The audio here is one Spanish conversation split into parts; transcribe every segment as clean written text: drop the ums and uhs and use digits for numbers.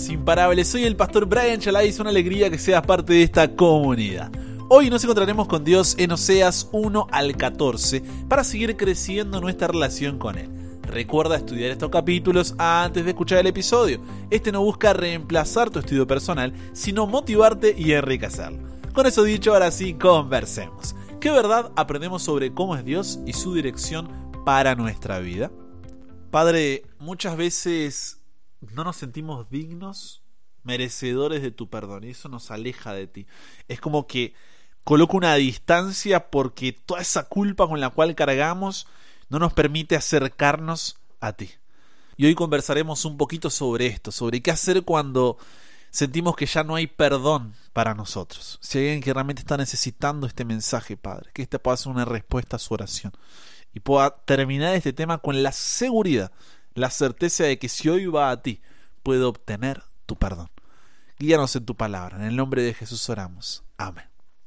Amigos imparables, soy el pastor Brian Chalai, es una alegría que seas parte de esta comunidad. Hoy nos encontraremos con Dios en Oseas 1 al 14 para seguir creciendo nuestra relación con Él. Recuerda estudiar estos capítulos antes de escuchar el episodio. Este no busca reemplazar tu estudio personal, sino motivarte y enriquecerlo. Con eso dicho, ahora sí, conversemos. ¿Qué verdad aprendemos sobre cómo es Dios y su dirección para nuestra vida? Padre, muchas veces no nos sentimos dignos, merecedores de tu perdón, y eso nos aleja de ti. Es como que coloca una distancia porque toda esa culpa con la cual cargamos no nos permite acercarnos a ti. Y hoy conversaremos un poquito sobre esto, sobre qué hacer cuando sentimos que ya no hay perdón para nosotros. Si hay alguien que realmente está necesitando este mensaje, Padre, que este pueda ser una respuesta a su oración y pueda terminar este tema con la seguridad, la certeza de que si hoy va a ti, puede obtener tu perdón. Guíanos en tu palabra. En el nombre de Jesús oramos. Amén.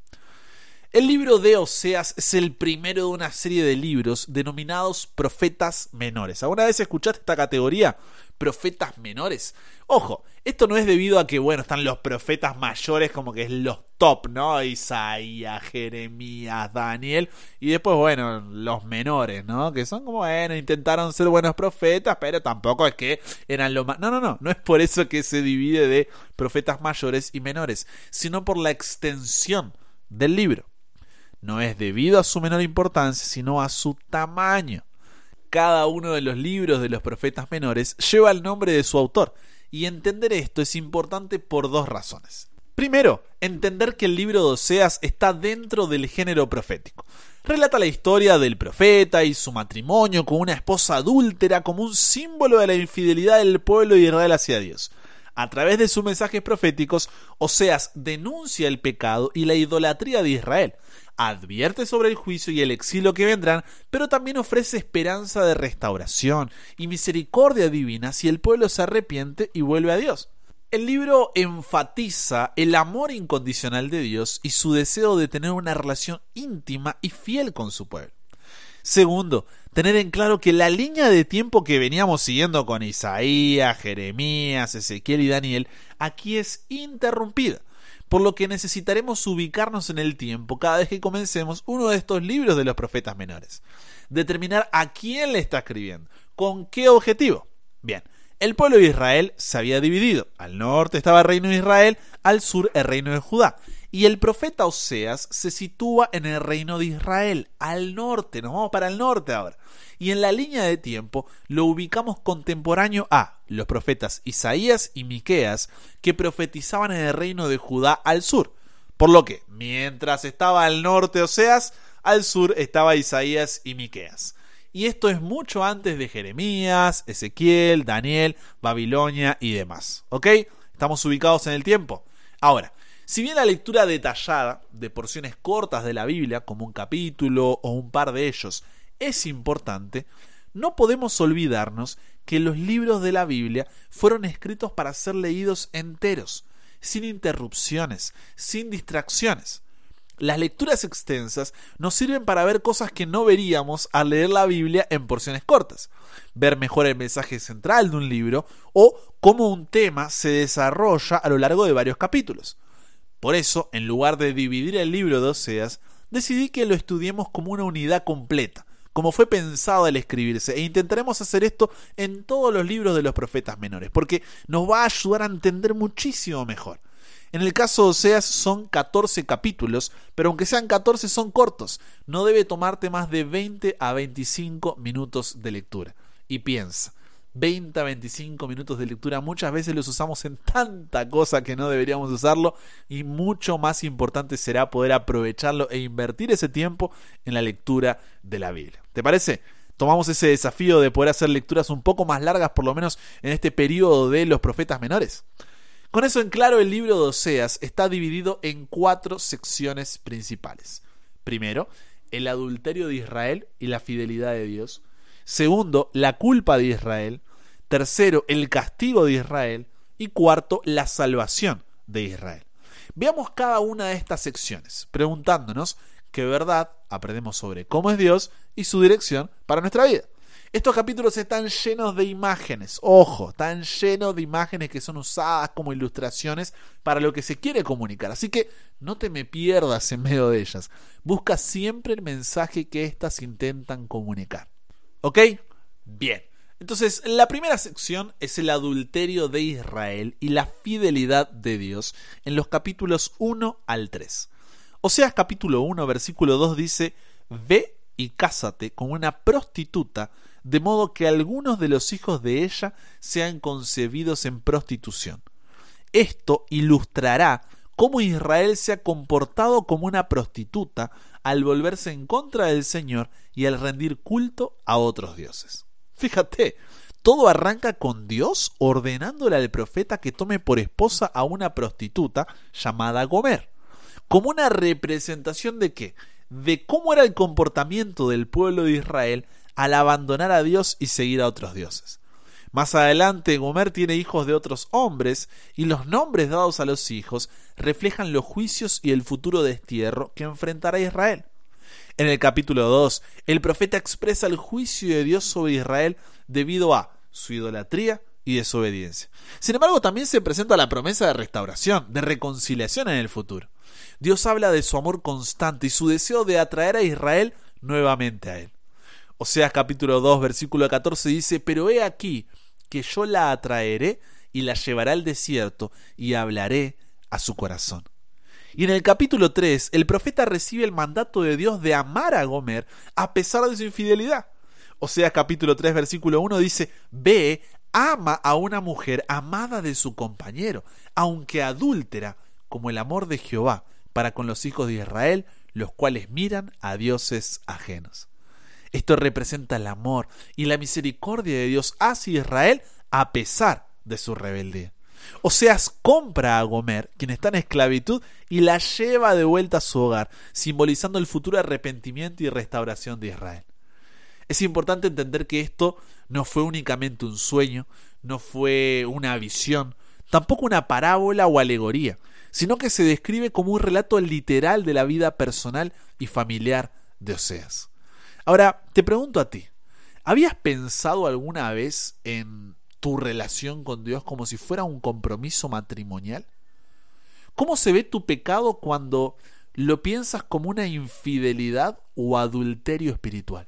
El libro de Oseas es el primero de una serie de libros denominados profetas menores. ¿Alguna vez escuchaste esta categoría? Profetas menores. Ojo, esto no es debido a que, están los profetas mayores como que es los top, ¿no? Isaías, Jeremías, Daniel. Y después, los menores, ¿no? Que son como, intentaron ser buenos profetas, pero tampoco es que eran los más... No es por eso que se divide de profetas mayores y menores, sino por la extensión del libro. No es debido a su menor importancia, sino a su tamaño. Cada uno de los libros de los profetas menores lleva el nombre de su autor, y entender esto es importante por dos razones. Primero, entender que el libro de Oseas está dentro del género profético. Relata la historia del profeta y su matrimonio con una esposa adúltera como un símbolo de la infidelidad del pueblo de Israel hacia Dios. A través de sus mensajes proféticos, Oseas denuncia el pecado y la idolatría de Israel, advierte sobre el juicio y el exilio que vendrán, pero también ofrece esperanza de restauración y misericordia divina si el pueblo se arrepiente y vuelve a Dios. El libro enfatiza el amor incondicional de Dios y su deseo de tener una relación íntima y fiel con su pueblo. Segundo, tener en claro que la línea de tiempo que veníamos siguiendo con Isaías, Jeremías, Ezequiel y Daniel, aquí es interrumpida, por lo que necesitaremos ubicarnos en el tiempo cada vez que comencemos uno de estos libros de los profetas menores. Determinar a quién le está escribiendo, con qué objetivo. Bien, el pueblo de Israel se había dividido. Al norte estaba el reino de Israel, al sur el reino de Judá. Y el profeta Oseas se sitúa en el reino de Israel, al norte. Nos vamos para el norte ahora. Y en la línea de tiempo lo ubicamos contemporáneo a los profetas Isaías y Miqueas, que profetizaban en el reino de Judá al sur. Por lo que, mientras estaba al norte Oseas, al sur estaba Isaías y Miqueas. Y esto es mucho antes de Jeremías, Ezequiel, Daniel, Babilonia y demás. ¿Ok? ¿Estamos ubicados en el tiempo? Ahora, si bien la lectura detallada de porciones cortas de la Biblia, como un capítulo o un par de ellos, es importante, no podemos olvidarnos que los libros de la Biblia fueron escritos para ser leídos enteros, sin interrupciones, sin distracciones. Las lecturas extensas nos sirven para ver cosas que no veríamos al leer la Biblia en porciones cortas, ver mejor el mensaje central de un libro o cómo un tema se desarrolla a lo largo de varios capítulos. Por eso, en lugar de dividir el libro de Oseas, decidí que lo estudiemos como una unidad completa, como fue pensado al escribirse, e intentaremos hacer esto en todos los libros de los profetas menores, porque nos va a ayudar a entender muchísimo mejor. En el caso de Oseas son 14 capítulos, pero aunque sean 14 son cortos, no debe tomarte más de 20 a 25 minutos de lectura. Y piensa, 20 a 25 minutos de lectura muchas veces los usamos en tanta cosa que no deberíamos usarlo, y mucho más importante será poder aprovecharlo e invertir ese tiempo en la lectura de la Biblia. ¿Te parece? Tomamos ese desafío de poder hacer lecturas un poco más largas, por lo menos en este periodo de los profetas menores. Con eso en claro, el libro de Oseas está dividido en 4 secciones principales. Primero, el adulterio de Israel y la fidelidad de Dios. Segundo, la culpa de Israel. Tercero, el castigo de Israel. Y cuarto, la salvación de Israel. Veamos cada una de estas secciones, preguntándonos qué verdad aprendemos sobre cómo es Dios y su dirección para nuestra vida. Estos capítulos están llenos de imágenes, ojo, están llenos de imágenes que son usadas como ilustraciones para lo que se quiere comunicar. Así que no te me pierdas en medio de ellas. Busca siempre el mensaje que éstas intentan comunicar. ¿Ok? Bien. Entonces, la primera sección es el adulterio de Israel y la fidelidad de Dios en los capítulos 1 al 3. Oseas capítulo 1, versículo 2 dice: Ve y cásate con una prostituta, de modo que algunos de los hijos de ella sean concebidos en prostitución. Esto ilustrará cómo Israel se ha comportado como una prostituta al volverse en contra del Señor y al rendir culto a otros dioses. Fíjate, todo arranca con Dios ordenándole al profeta que tome por esposa a una prostituta llamada Gomer, como una representación ¿de qué? De cómo era el comportamiento del pueblo de Israel al abandonar a Dios y seguir a otros dioses. Más adelante, Gomer tiene hijos de otros hombres, y los nombres dados a los hijos reflejan los juicios y el futuro destierro que enfrentará Israel. En el capítulo 2, el profeta expresa el juicio de Dios sobre Israel debido a su idolatría y desobediencia. Sin embargo, también se presenta la promesa de restauración, de reconciliación en el futuro. Dios habla de su amor constante y su deseo de atraer a Israel nuevamente a él. Oseas capítulo 2, versículo 14 dice: Pero he aquí que yo la atraeré y la llevaré al desierto y hablaré a su corazón. Y en el capítulo 3, el profeta recibe el mandato de Dios de amar a Gomer a pesar de su infidelidad. Oseas capítulo 3, versículo 1 dice: Ve, ama a una mujer amada de su compañero, aunque adúltera, como el amor de Jehová para con los hijos de Israel, los cuales miran a dioses ajenos. Esto representa el amor y la misericordia de Dios hacia Israel a pesar de su rebeldía. Oseas compra a Gomer, quien está en esclavitud, y la lleva de vuelta a su hogar, simbolizando el futuro arrepentimiento y restauración de Israel. Es importante entender que esto no fue únicamente un sueño, no fue una visión, tampoco una parábola o alegoría, sino que se describe como un relato literal de la vida personal y familiar de Oseas. Ahora, te pregunto a ti, ¿habías pensado alguna vez en tu relación con Dios como si fuera un compromiso matrimonial? ¿Cómo se ve tu pecado cuando lo piensas como una infidelidad o adulterio espiritual?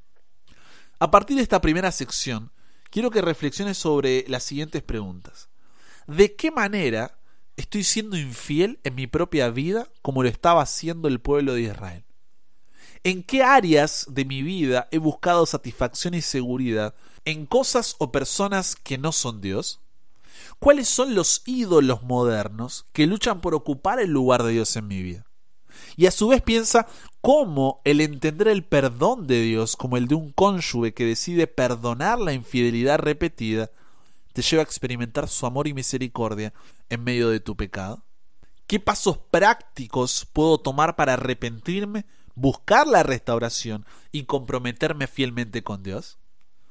A partir de esta primera sección, quiero que reflexiones sobre las siguientes preguntas. ¿De qué manera estoy siendo infiel en mi propia vida como lo estaba haciendo el pueblo de Israel? ¿En qué áreas de mi vida he buscado satisfacción y seguridad en cosas o personas que no son Dios? ¿Cuáles son los ídolos modernos que luchan por ocupar el lugar de Dios en mi vida? Y a su vez piensa cómo el entender el perdón de Dios como el de un cónyuge que decide perdonar la infidelidad repetida te lleva a experimentar su amor y misericordia en medio de tu pecado. ¿Qué pasos prácticos puedo tomar para arrepentirme, buscar la restauración y comprometerme fielmente con Dios?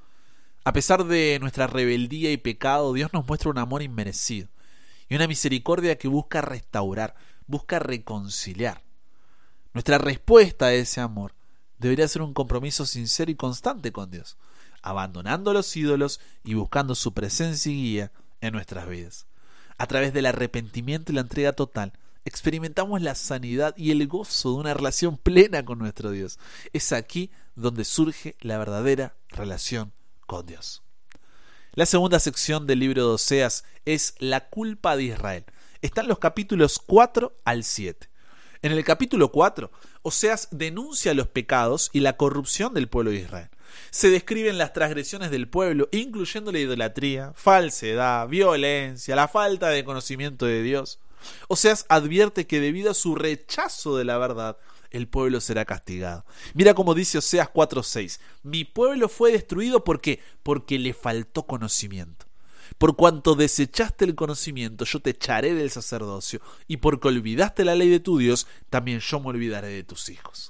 A pesar de nuestra rebeldía y pecado, Dios nos muestra un amor inmerecido y una misericordia que busca restaurar, busca reconciliar. Nuestra respuesta a ese amor debería ser un compromiso sincero y constante con Dios, abandonando los ídolos y buscando su presencia y guía en nuestras vidas. A través del arrepentimiento y la entrega total, experimentamos la sanidad y el gozo de una relación plena con nuestro Dios. Es aquí donde surge la verdadera relación con Dios. La segunda sección del libro de Oseas es la culpa de Israel. Están los capítulos 4 al 7. En el capítulo 4, Oseas denuncia los pecados y la corrupción del pueblo de Israel. Se describen las transgresiones del pueblo, incluyendo la idolatría, falsedad, violencia, la falta de conocimiento de Dios. Oseas advierte que debido a su rechazo de la verdad, el pueblo será castigado. Mira cómo dice Oseas 4:6: Mi pueblo fue destruido porque le faltó conocimiento. Por cuanto desechaste el conocimiento, yo te echaré del sacerdocio, y porque olvidaste la ley de tu Dios, también yo me olvidaré de tus hijos.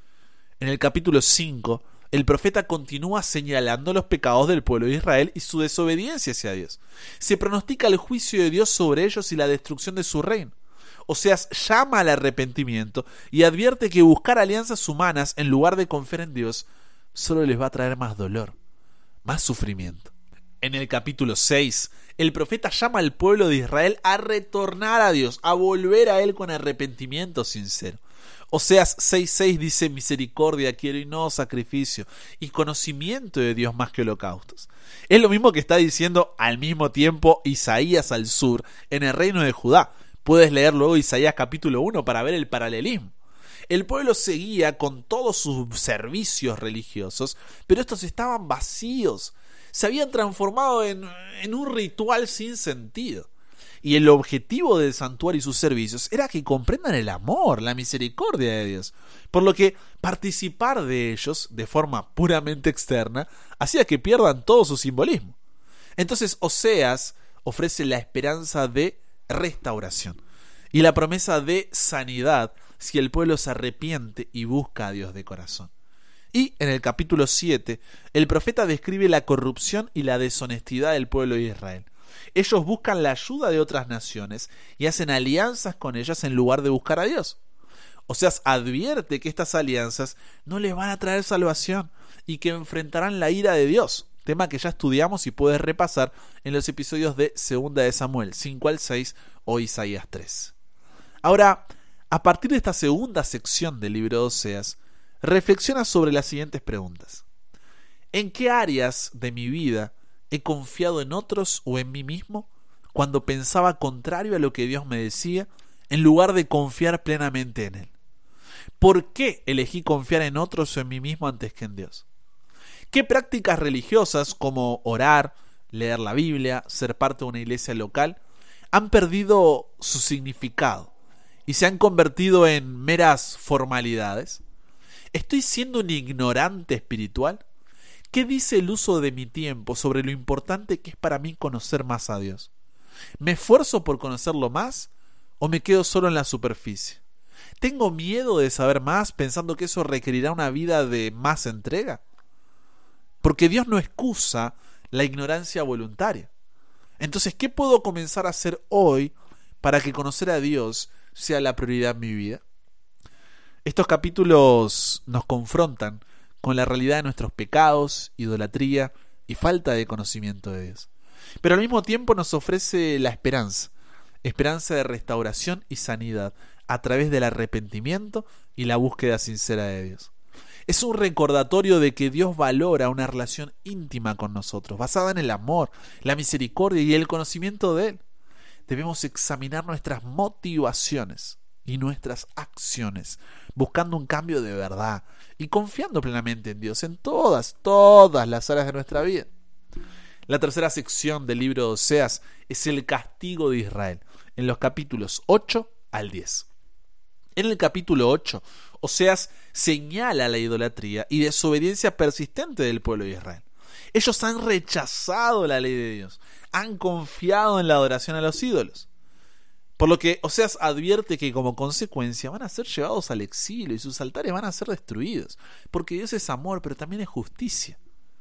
En el capítulo 5, el profeta continúa señalando los pecados del pueblo de Israel y su desobediencia hacia Dios. Se pronostica el juicio de Dios sobre ellos y la destrucción de su reino. Oseas llama al arrepentimiento y advierte que buscar alianzas humanas en lugar de confiar en Dios solo les va a traer más dolor, más sufrimiento. En el capítulo 6, el profeta llama al pueblo de Israel a retornar a Dios, a volver a Él con arrepentimiento sincero. Oseas 6:6 dice: misericordia quiero y no sacrificio, y conocimiento de Dios más que holocaustos. Es lo mismo que está diciendo al mismo tiempo Isaías al sur, en el reino de Judá. Puedes leer luego Isaías capítulo 1 para ver el paralelismo. El pueblo seguía con todos sus servicios religiosos, pero estos estaban vacíos. Se habían transformado en un ritual sin sentido. Y el objetivo del santuario y sus servicios era que comprendan el amor, la misericordia de Dios. Por lo que participar de ellos de forma puramente externa hacía que pierdan todo su simbolismo. Entonces Oseas ofrece la esperanza de restauración y la promesa de sanidad si el pueblo se arrepiente y busca a Dios de corazón. Y en el capítulo 7, el profeta describe la corrupción y la deshonestidad del pueblo de Israel. Ellos buscan la ayuda de otras naciones y hacen alianzas con ellas en lugar de buscar a Dios. Oseas advierte que estas alianzas no les van a traer salvación y que enfrentarán la ira de Dios, tema que ya estudiamos y puedes repasar en los episodios de 2 de Samuel 5 al 6 o Isaías 3. Ahora, a partir de esta segunda sección del libro de Oseas, reflexiona sobre las siguientes preguntas. ¿En qué áreas de mi vida he confiado en otros o en mí mismo cuando pensaba contrario a lo que Dios me decía en lugar de confiar plenamente en Él? ¿Por qué elegí confiar en otros o en mí mismo antes que en Dios? ¿Qué prácticas religiosas como orar, leer la Biblia, ser parte de una iglesia local han perdido su significado y se han convertido en meras formalidades? ¿Estoy siendo un ignorante espiritual? ¿Qué dice el uso de mi tiempo sobre lo importante que es para mí conocer más a Dios? ¿Me esfuerzo por conocerlo más o me quedo solo en la superficie? ¿Tengo miedo de saber más pensando que eso requerirá una vida de más entrega? Porque Dios no excusa la ignorancia voluntaria. Entonces, ¿qué puedo comenzar a hacer hoy para que conocer a Dios sea la prioridad en mi vida? Estos capítulos nos confrontan con la realidad de nuestros pecados, idolatría y falta de conocimiento de Dios. Pero al mismo tiempo nos ofrece la esperanza de restauración y sanidad a través del arrepentimiento y la búsqueda sincera de Dios. Es un recordatorio de que Dios valora una relación íntima con nosotros, basada en el amor, la misericordia y el conocimiento de Él. Debemos examinar nuestras motivaciones y nuestras acciones, buscando un cambio de verdad y confiando plenamente en Dios en todas las áreas de nuestra vida. La tercera sección del libro de Oseas es el castigo de Israel, en los capítulos 8 al 10. En el capítulo 8, Oseas señala la idolatría y desobediencia persistente del pueblo de Israel. Ellos han rechazado la ley de Dios, han confiado en la adoración a los ídolos. Por lo que Oseas advierte que como consecuencia van a ser llevados al exilio y sus altares van a ser destruidos, porque Dios es amor, pero también es justicia.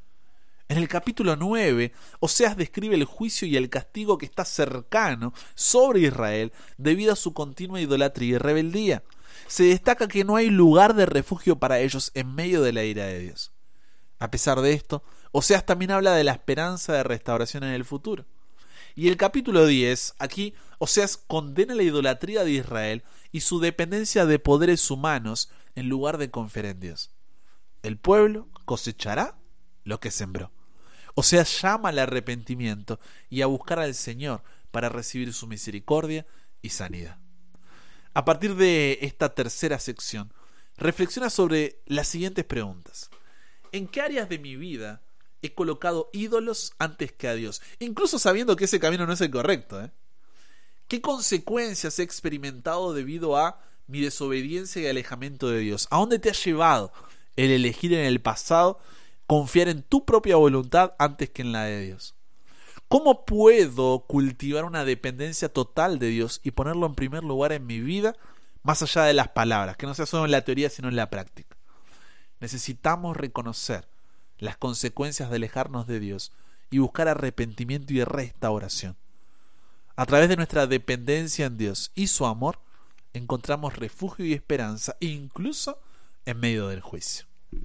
En el capítulo 9, Oseas describe el juicio y el castigo que está cercano sobre Israel debido a su continua idolatría y rebeldía. Se destaca que no hay lugar de refugio para ellos en medio de la ira de Dios. A pesar de esto, Oseas también habla de la esperanza de restauración en el futuro. Y el capítulo 10, aquí Oseas condena la idolatría de Israel y su dependencia de poderes humanos en lugar de confiar en Dios. El pueblo cosechará lo que sembró. Oseas llama al arrepentimiento y a buscar al Señor para recibir su misericordia y sanidad. A partir de esta tercera sección, reflexiona sobre las siguientes preguntas. ¿En qué áreas de mi vida he colocado ídolos antes que a Dios? Incluso sabiendo que ese camino no es el correcto, ¿Qué consecuencias he experimentado debido a mi desobediencia y alejamiento de Dios? ¿A dónde te ha llevado el elegir en el pasado confiar en tu propia voluntad antes que en la de Dios? ¿Cómo puedo cultivar una dependencia total de Dios y ponerlo en primer lugar en mi vida, más allá de las palabras, que no sea solo en la teoría sino en la práctica? Necesitamos reconocer las consecuencias de alejarnos de Dios y buscar arrepentimiento y restauración. A través de nuestra dependencia en Dios y su amor, encontramos refugio y esperanza, incluso en medio del juicio.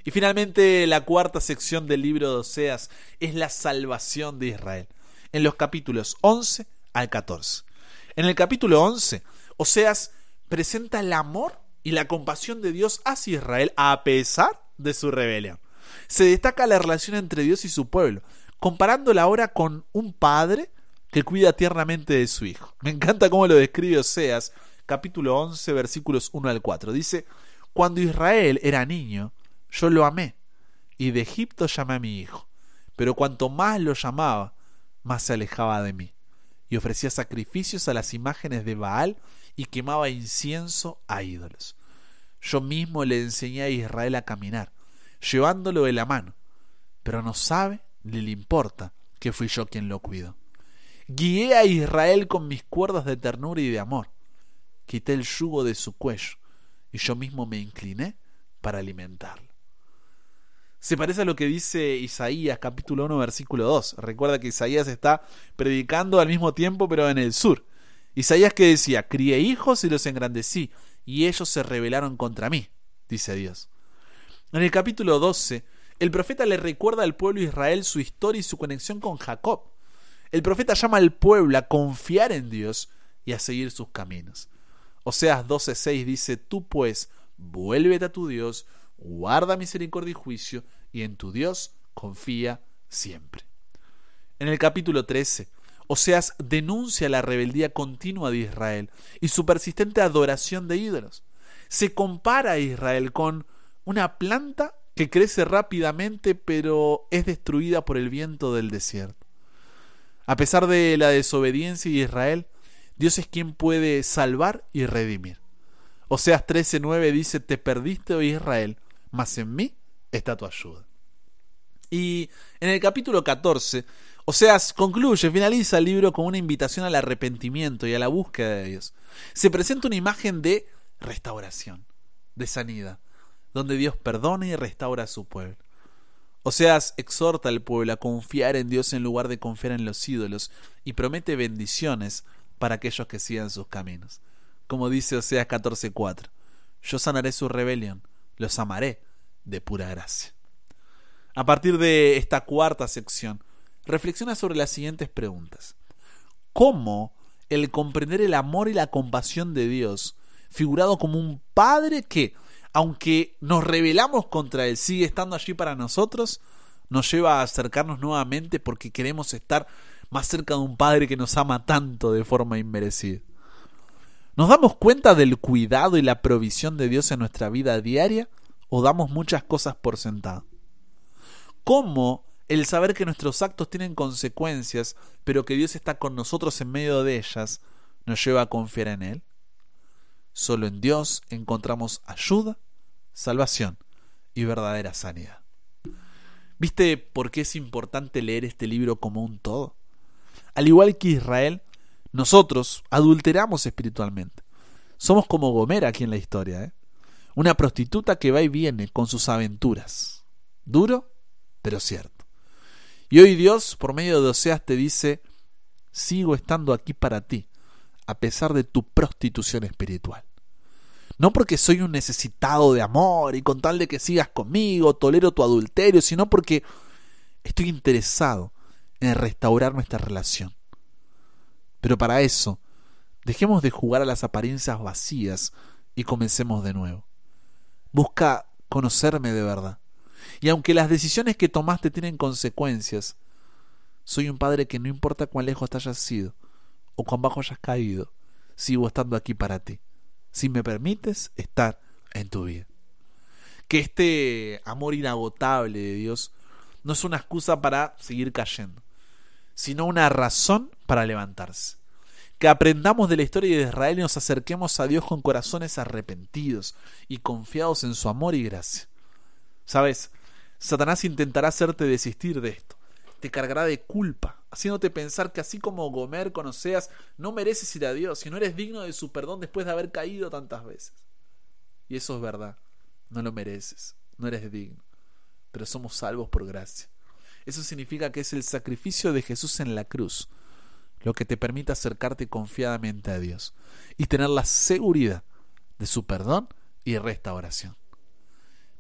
Y finalmente la cuarta sección del libro de Oseas es la salvación de Israel, en los capítulos 11 al 14. En el capítulo 11, Oseas presenta el amor y la compasión de Dios hacia Israel a pesar de su rebelión. Se destaca la relación entre Dios y su pueblo, comparándola ahora con un padre que cuida tiernamente de su hijo. Me encanta cómo lo describe Oseas, capítulo 11, versículos 1 al 4. Dice: cuando Israel era niño, yo lo amé, y de Egipto llamé a mi hijo. Pero cuanto más lo llamaba, más se alejaba de mí, y ofrecía sacrificios a las imágenes de Baal y quemaba incienso a ídolos. Yo mismo le enseñé a Israel a caminar, llevándolo de la mano, pero no sabe ni le importa que fui yo quien lo cuidó. Guié a Israel con mis cuerdas de ternura y de amor. Quité el yugo de su cuello, y yo mismo me incliné para alimentarlo. Se parece a lo que dice Isaías capítulo 1 versículo 2. Recuerda que Isaías está predicando al mismo tiempo pero en el sur. Isaías que decía: crié hijos y los engrandecí, y ellos se rebelaron contra mí, dice Dios. En el capítulo 12, el profeta le recuerda al pueblo de Israel su historia y su conexión con Jacob. El profeta llama al pueblo a confiar en Dios y a seguir sus caminos. Oseas 12:6 dice: tú pues, vuélvete a tu Dios, guarda misericordia y juicio, y en tu Dios confía siempre. En el capítulo 13, Oseas denuncia la rebeldía continua de Israel y su persistente adoración de ídolos. Se compara a Israel con una planta que crece rápidamente pero es destruida por el viento del desierto. A pesar de la desobediencia de Israel, Dios es quien puede salvar y redimir. Oseas 13:9 dice: te perdiste, oh Israel, mas en mí está tu ayuda. Y en el capítulo 14, Oseas finaliza el libro con una invitación al arrepentimiento y a la búsqueda de Dios. Se presenta una imagen de restauración, de sanidad, donde Dios perdona y restaura a su pueblo. Oseas exhorta al pueblo a confiar en Dios en lugar de confiar en los ídolos y promete bendiciones para aquellos que sigan sus caminos. Como dice Oseas 14:4: yo sanaré su rebelión, los amaré de pura gracia. A partir de esta cuarta sección, reflexiona sobre las siguientes preguntas. ¿Cómo el comprender el amor y la compasión de Dios, figurado como un padre que, aunque nos rebelamos contra él, sigue estando allí para nosotros, nos lleva a acercarnos nuevamente porque queremos estar más cerca de un padre que nos ama tanto de forma inmerecida? ¿Nos damos cuenta del cuidado y la provisión de Dios en nuestra vida diaria o damos muchas cosas por sentado? ¿Cómo el saber que nuestros actos tienen consecuencias, pero que Dios está con nosotros en medio de ellas, nos lleva a confiar en Él? Solo en Dios encontramos ayuda, salvación y verdadera sanidad. ¿Viste por qué es importante leer este libro como un todo? Al igual que Israel, nosotros adulteramos espiritualmente. Somos como Gomer aquí en la historia, una prostituta que va y viene con sus aventuras. Duro, pero cierto. Y hoy Dios, por medio de Oseas, te dice: sigo estando aquí para ti, a pesar de tu prostitución espiritual. No porque soy un necesitado de amor y con tal de que sigas conmigo, tolero tu adulterio, sino porque estoy interesado en restaurar nuestra relación. Pero para eso, dejemos de jugar a las apariencias vacías y comencemos de nuevo. Busca conocerme de verdad. Y aunque las decisiones que tomaste tienen consecuencias, soy un padre que no importa cuán lejos te hayas ido o cuán bajo hayas caído, sigo estando aquí para ti, si me permites estar en tu vida. Que este amor inagotable de Dios no es una excusa para seguir cayendo, sino una razón para levantarse. Que aprendamos de la historia de Israel y nos acerquemos a Dios con corazones arrepentidos y confiados en su amor y gracia. ¿Sabes? Satanás intentará hacerte desistir de esto. Te cargará de culpa, haciéndote pensar que así como Gomer con Oseas, no mereces ir a Dios y no eres digno de su perdón después de haber caído tantas veces. Y eso es verdad. No lo mereces, no eres digno. Pero somos salvos por gracia. Eso significa que es el sacrificio de Jesús en la cruz lo que te permite acercarte confiadamente a Dios y tener la seguridad de su perdón y restauración.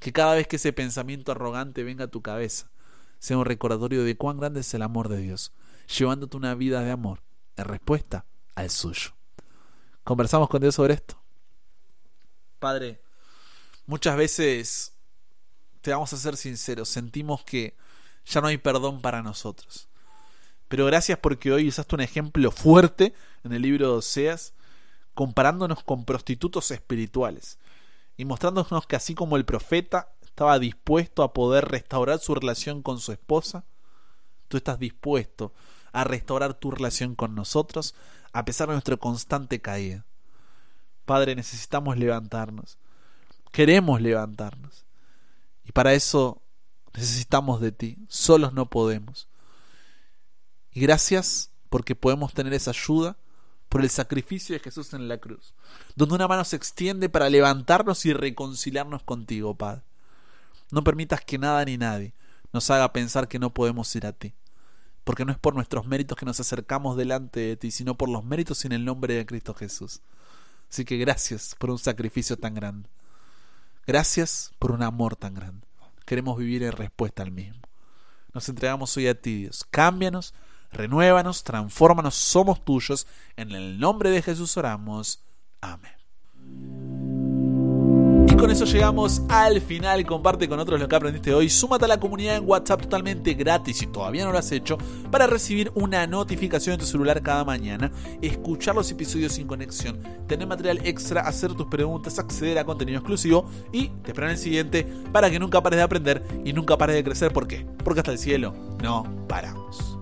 Que cada vez que ese pensamiento arrogante venga a tu cabeza, sea un recordatorio de cuán grande es el amor de Dios, llevándote una vida de amor en respuesta al suyo. ¿Conversamos con Dios sobre esto? Padre, muchas veces, te vamos a ser sinceros, sentimos que ya no hay perdón para nosotros. Pero gracias porque hoy usaste un ejemplo fuerte en el libro de Oseas, comparándonos con prostitutos espirituales y mostrándonos que así como el profeta estaba dispuesto a poder restaurar su relación con su esposa, tú estás dispuesto a restaurar tu relación con nosotros a pesar de nuestra constante caída. Padre, necesitamos levantarnos, queremos levantarnos, y para eso necesitamos de ti, solos no podemos. Y gracias porque podemos tener esa ayuda por el sacrificio de Jesús en la cruz, donde una mano se extiende para levantarnos y reconciliarnos contigo, Padre. No permitas que nada ni nadie nos haga pensar que no podemos ir a ti, porque no es por nuestros méritos que nos acercamos delante de ti, sino por los méritos en el nombre de Cristo Jesús. Así que gracias por un sacrificio tan grande. Gracias por un amor tan grande. Queremos vivir en respuesta al mismo. Nos entregamos hoy a ti, Dios. Cámbianos, renuévanos, transfórmanos, somos tuyos. En el nombre de Jesús oramos. Amén. Y con eso llegamos al final. Comparte con otros lo que aprendiste hoy. Súmate a la comunidad en WhatsApp totalmente gratis si todavía no lo has hecho, para recibir una notificación en tu celular cada mañana, escuchar los episodios sin conexión, tener material extra, hacer tus preguntas, acceder a contenido exclusivo y te espero en el siguiente para que nunca pares de aprender y nunca pares de crecer. ¿Por qué? Porque hasta el cielo no paramos.